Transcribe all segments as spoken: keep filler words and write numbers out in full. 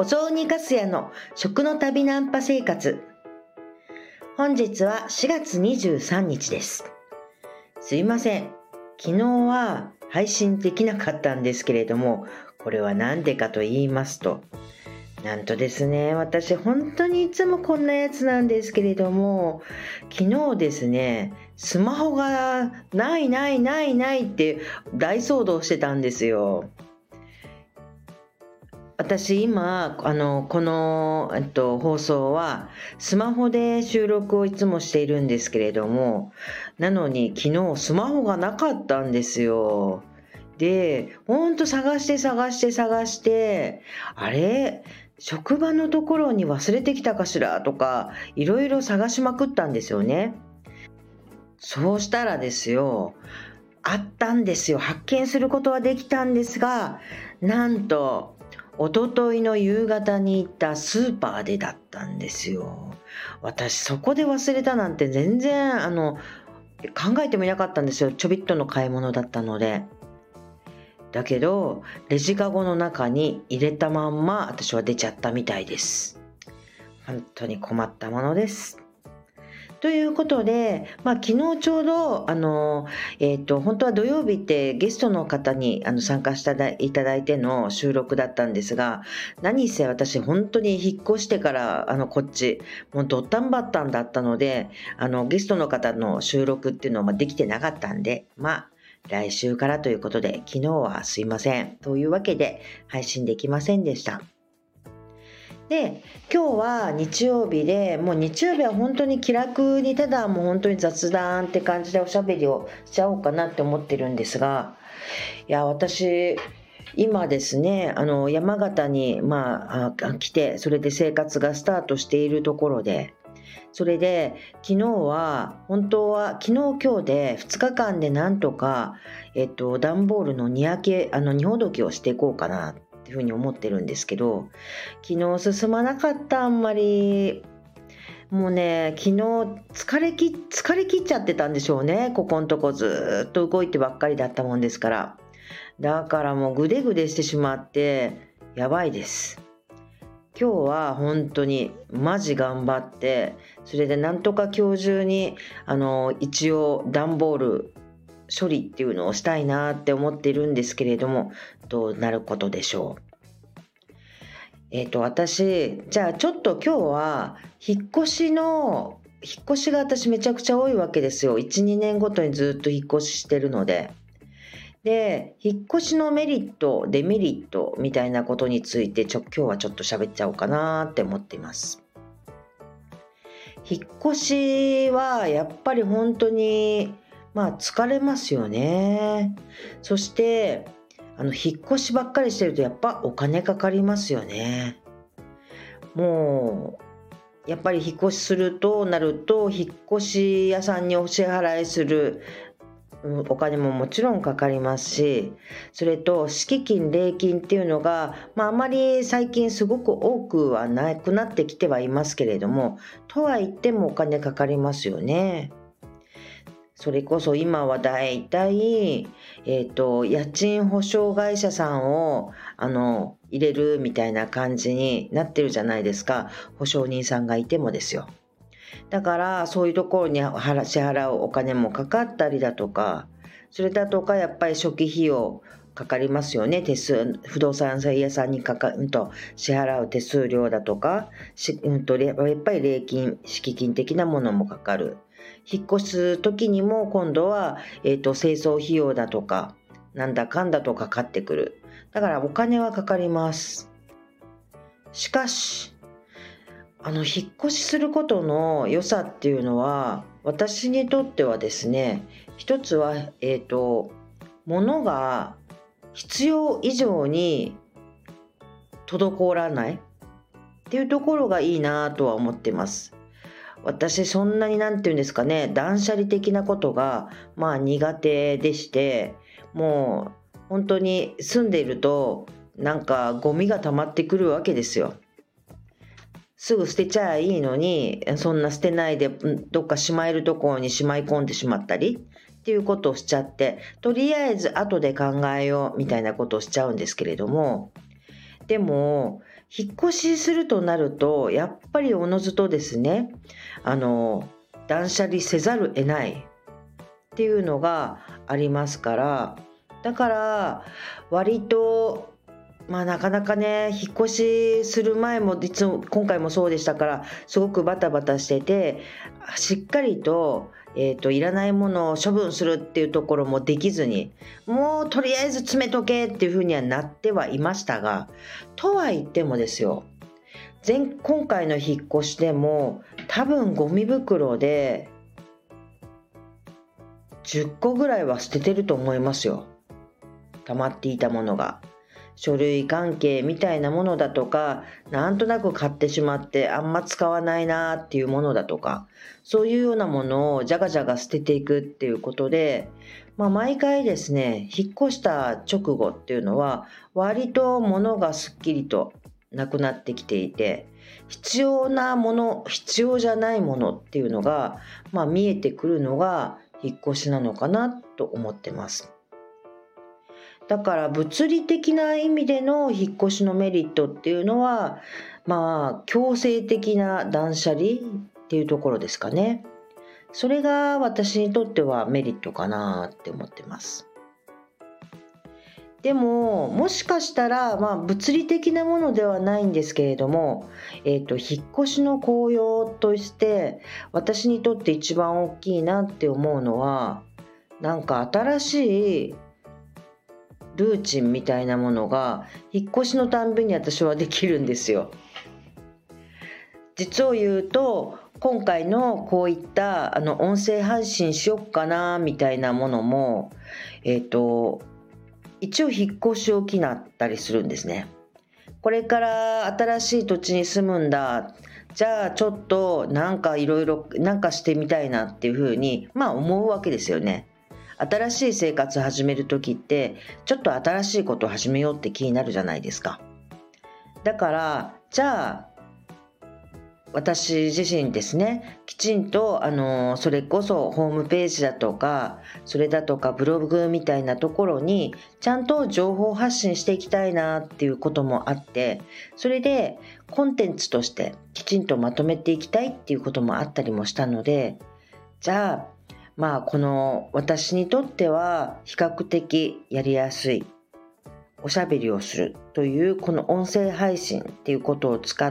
雑煮かすやの食の旅ナンパ生活。本日はしがつにじゅうさんにちです。すいません、昨日は配信できなかったんですけれども、これは何でかと言いますと、なんとですね、私本当にいつもこんなやつなんですけれども、昨日ですね、スマホがないないないないって大騒動してたんですよ。私今あのこの、えっと、放送はスマホで収録をいつもしているんですけれども、なのに昨日スマホがなかったんですよ。で、ほんと探して探して探して、あれ職場のところに忘れてきたかしらとかいろいろ探しまくったんですよね。そうしたらですよ、あったんですよ。発見することはできたんですが、なんと一昨日の夕方に行ったスーパーでだったんですよ。私そこで忘れたなんて全然あの考えてもいなかったんですよ。ちょびっとの買い物だったので。だけどレジカゴの中に入れたまんま私は出ちゃったみたいです。本当に困ったものです。ということで、まあ、昨日ちょうどあの、えーと、本当は土曜日ってゲストの方にあの参加していただいての収録だったんですが、何せ私本当に引っ越してからあのこっちもうドッタンバッタンだったので、あのゲストの方の収録っていうのはできてなかったんで、まあ来週からということで、昨日はすいませんというわけで配信できませんでした。で、今日は日曜日で、もう日曜日は本当に気楽に、ただもう本当に雑談って感じでおしゃべりをしちゃおうかなって思ってるんですが、いや私今ですね、あの山形にまあ来て、それで生活がスタートしているところで、それで昨日は本当は昨日今日でふつかかんでなんとかえっと段ボールの荷開けあの荷ほどきをしていこうかなっていうふうに思ってるんですけど、昨日進まなかった。あんまりもうね、昨日疲れき疲れ切っちゃってたんでしょうね。ここのとこずっと動いてばっかりだったもんですから、だからもうグデグデしてしまってやばいです。今日は本当にマジ頑張って、それでなんとか今日中にあの一応段ボール処理っていうのをしたいなって思っているんですけれども、どうなることでしょう。えっと私じゃあちょっと今日は引っ越しの引っ越しが私めちゃくちゃ多いわけですよ。いち、にねんごとにずっと引っ越ししてるので。で、引っ越しのメリットデメリットみたいなことについてちょ今日はちょっと喋っちゃおうかなって思っています。引っ越しはやっぱり本当にまあ疲れますよね。そしてあの引っ越しばっかりしてるとやっぱお金かかりますよね。もうやっぱり引っ越しするとなると引っ越し屋さんにお支払いするお金ももちろんかかりますし、それと敷金礼金っていうのが、まあ、あまり最近すごく多くはなくなってきてはいますけれども、とは言ってもお金かかりますよね。それこそ今はだいたい、えーと、家賃保証会社さんをあの入れるみたいな感じになってるじゃないですか。保証人さんがいてもですよ。だからそういうところに支払うお金もかかったりだとか、それだとかやっぱり初期費用かかりますよね。手数不動産屋さんにかか、うん、と支払う手数料だとかし、うん、とやっぱり礼金敷金的なものもかかる。引っ越す時にも今度は、えーと、清掃費用だとかなんだかんだとかかってくる。だからお金はかかります。しかしあの引っ越しすることの良さっていうのは、私にとってはですね、一つは、えーと、物が必要以上に滞らないっていうところがいいなとは思ってます。私そんなになんていうんですかね、断捨離的なことがまあ苦手でして、もう本当に住んでいるとなんかゴミが溜まってくるわけですよ。すぐ捨てちゃいいのに、そんな捨てないでどっかしまえるところにしまい込んでしまったりっていうことをしちゃって、とりあえず後で考えようみたいなことをしちゃうんですけれども、でも引っ越しするとなるとやっぱりおのずとですね、あの断捨離せざるを得ないっていうのがありますから、だから割とまあなかなかね、引っ越しする前もいつも今回もそうでしたから、すごくバタバタしてて、しっかりとえーと、いらないものを処分するっていうところもできずに、もうとりあえず詰めとけっていうふうにはなってはいましたが、とは言ってもですよ、前今回の引っ越しでも多分ゴミ袋でじゅっこぐらいは捨ててると思いますよ。溜まっていたものが。書類関係みたいなものだとか、なんとなく買ってしまってあんま使わないなっていうものだとか、そういうようなものをじゃがじゃが捨てていくっていうことで、まあ、毎回ですね、引っ越した直後っていうのは割と物がすっきりとなくなってきていて、必要なもの、必要じゃないものっていうのが、まあ、見えてくるのが引っ越しなのかなと思ってます。だから物理的な意味での引っ越しのメリットっていうのは、まあ強制的な断捨離っていうところですかね。それが私にとってはメリットかなって思ってます。でももしかしたら、まあ、物理的なものではないんですけれども、えーと、引っ越しの効用として私にとって一番大きいなって思うのは、なんか新しいルーチンみたいなものが引っ越しのたんびに私はできるんですよ。実を言うと今回のこういったあの音声配信しよっかなみたいなものも、えーと一応引っ越しを機なったりするんですね。これから新しい土地に住むんだ、じゃあちょっとなんかいろいろなんかしてみたいなっていうふうにまあ思うわけですよね。新しい生活を始める時ってちょっと新しいことを始めようって気になるじゃないですか。だからじゃあ私自身ですね、きちんとあのそれこそホームページだとかそれだとかブログみたいなところにちゃんと情報発信していきたいなっていうこともあって、それでコンテンツとしてきちんとまとめていきたいっていうこともあったりもしたので、じゃあまあこの私にとっては比較的やりやすいおしゃべりをするというこの音声配信っていうことを使って、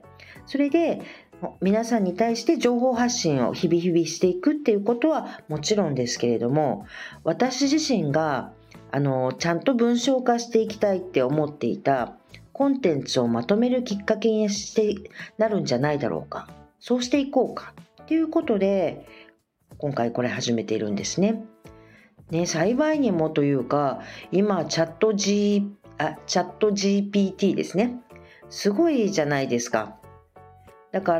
それで皆さんに対して情報発信を日々日々していくっていうことはもちろんですけれども、私自身があのちゃんと文章化していきたいって思っていたコンテンツをまとめるきっかけにしてなるんじゃないだろうか、そうしていこうかっていうことで今回これ始めているんですね。ね、幸いにもというか、今チャット G、あ、チャット ジーピーティー ですね。すごいじゃないですか。だから、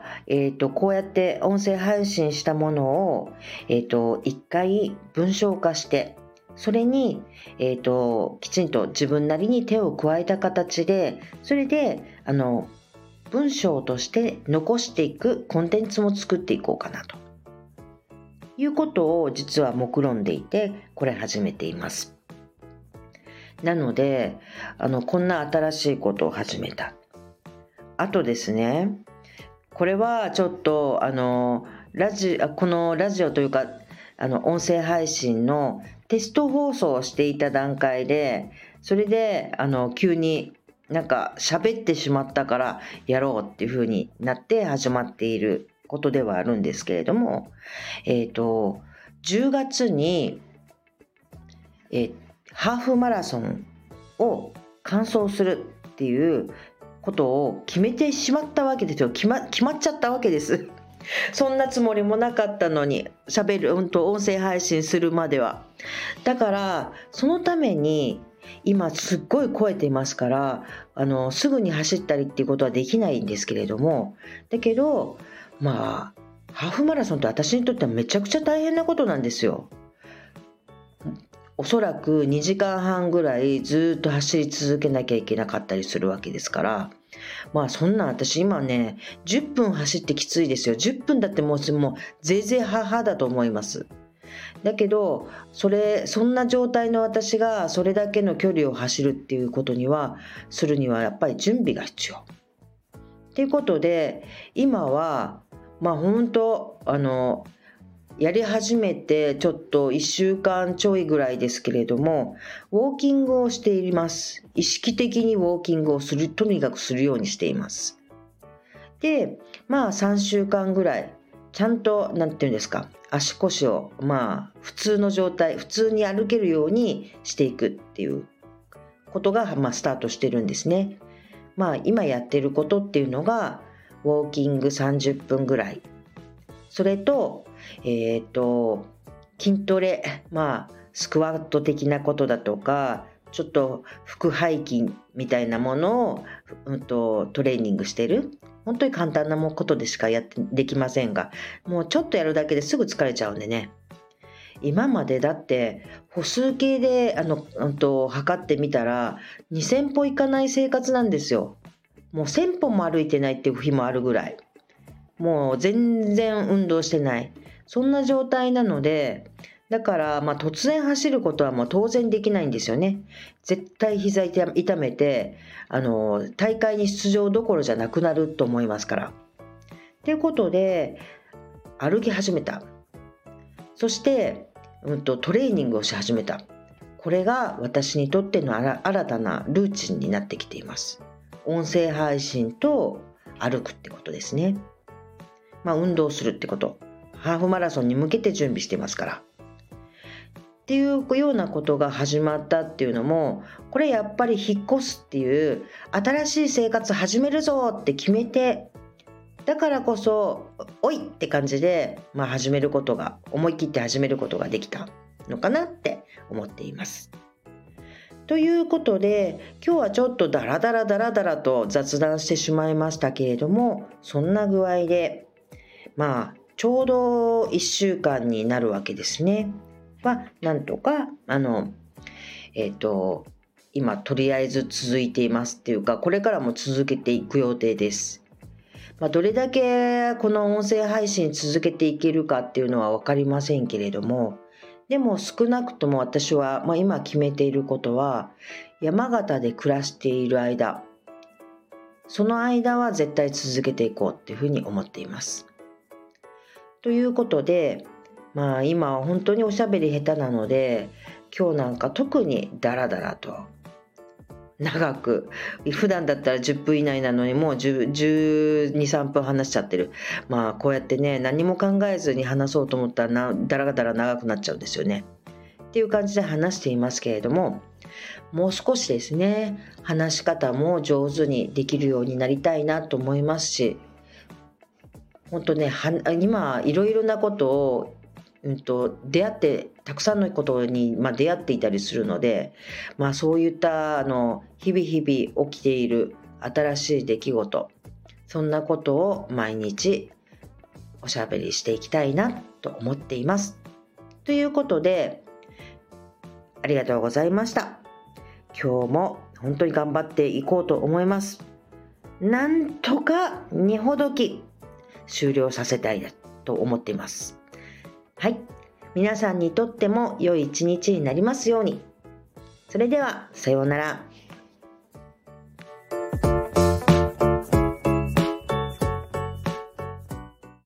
えーと、こうやって音声配信したものを、えーと、一回文章化して、それに、えーと、きちんと自分なりに手を加えた形で、それで、あの、文章として残していくコンテンツも作っていこうかなということを実は目論んでいて、これ始めています。なので、あの、こんな新しいことを始めた。あとですね、これはちょっとあのラジこのラジオというかあの音声配信のテスト放送をしていた段階で、それであの急になんか喋ってしまったからやろうっていう風になって始まっていることではあるんですけれども、えっとじゅうがつにえハーフマラソンを完走するっていうことを決めてしまったわけですよ。決ま、決まっちゃったわけです。そんなつもりもなかったのに、喋る、うんと音声配信するまでは。だからそのために今すっごい超えていますから、あのすぐに走ったりっていうことはできないんですけれども、だけどまあハーフマラソンって私にとってはめちゃくちゃ大変なことなんですよ。おそらくにじかんはんぐらいずっと走り続けなきゃいけなかったりするわけですから、まあそんな私今ねじゅっぷん走ってきついですよ。じゅっぷんだってもうもうぜいぜいははだと思います。 だけどそれそんな状態の私がそれだけの距離を走るっていうことにはするにはやっぱり準備が必要っていうことで、今はまあ本当あのやり始めてちょっといっしゅうかんちょいぐらいですけれども、ウォーキングをしています。意識的にウォーキングをする、とにかくするようにしています。で、まあさんしゅうかんぐらいちゃんとなんていうんですか、足腰をまあ普通の状態、普通に歩けるようにしていくっていうことがまあスタートしてるんですね。まあ今やってることっていうのがウォーキングさんじゅっぷんぐらい、それとえっと筋トレ、まあスクワット的なことだとか、ちょっと腹背筋みたいなものを、うんと、トレーニングしてる。本当に簡単なことでしかやってできませんが、もうちょっとやるだけですぐ疲れちゃうんでね。今までだって歩数計であの、うんと、測ってみたらにせんぽいかない生活なんですよ。もうせんぽも歩いてないっていう日もあるぐらい。もう全然運動してない。そんな状態なので、だからまあ突然走ることはもう当然できないんですよね。絶対膝痛痛めて、あの大会に出場どころじゃなくなると思いますから。ということで歩き始めた。そして、うんと、トレーニングをし始めた。これが私にとっての新たなルーチンになってきています。音声配信と歩くってことですね。まあ運動するってこと。ハーフマラソンに向けて準備していますから。っていうようなことが始まったっていうのも、これやっぱり引っ越すっていう新しい生活始めるぞって決めて、だからこそおいって感じで、まあ、始めることが思い切って始めることができたのかなって思っています。ということで今日はちょっとダラダラダラダラと雑談してしまいましたけれども、そんな具合でまあちょうどいっしゅうかんになるわけですね。はなんとかあのえっと今とりあえず続いていますっていうか、これからも続けていく予定です。まあ、どれだけこの音声配信続けていけるかっていうのは分かりませんけれども、でも少なくとも私は、まあ、今決めていることは、山形で暮らしている間、その間は絶対続けていこうっていうふうに思っています。ということで、まあ今は本当におしゃべり下手なので、今日なんか特にダラダラと長く、普段だったらじゅっぷん以内なのにもうじゅうに、さんぷん話しちゃってる。まあこうやってね、何も考えずに話そうと思ったらなダラダラ長くなっちゃうんですよねっていう感じで話していますけれども、もう少しですね、話し方も上手にできるようになりたいなと思いますし、本当ね、は今いろいろなことをうんと出会ってたくさんのことに、まあ、出会っていたりするので、まあ、そういったあの日々日々起きている新しい出来事、そんなことを毎日おしゃべりしていきたいなと思っています。ということでありがとうございました。今日も本当に頑張っていこうと思います。なんとかにほどき終了させたいと思っています。はい、皆さんにとっても良い一日になりますように。それではさようなら。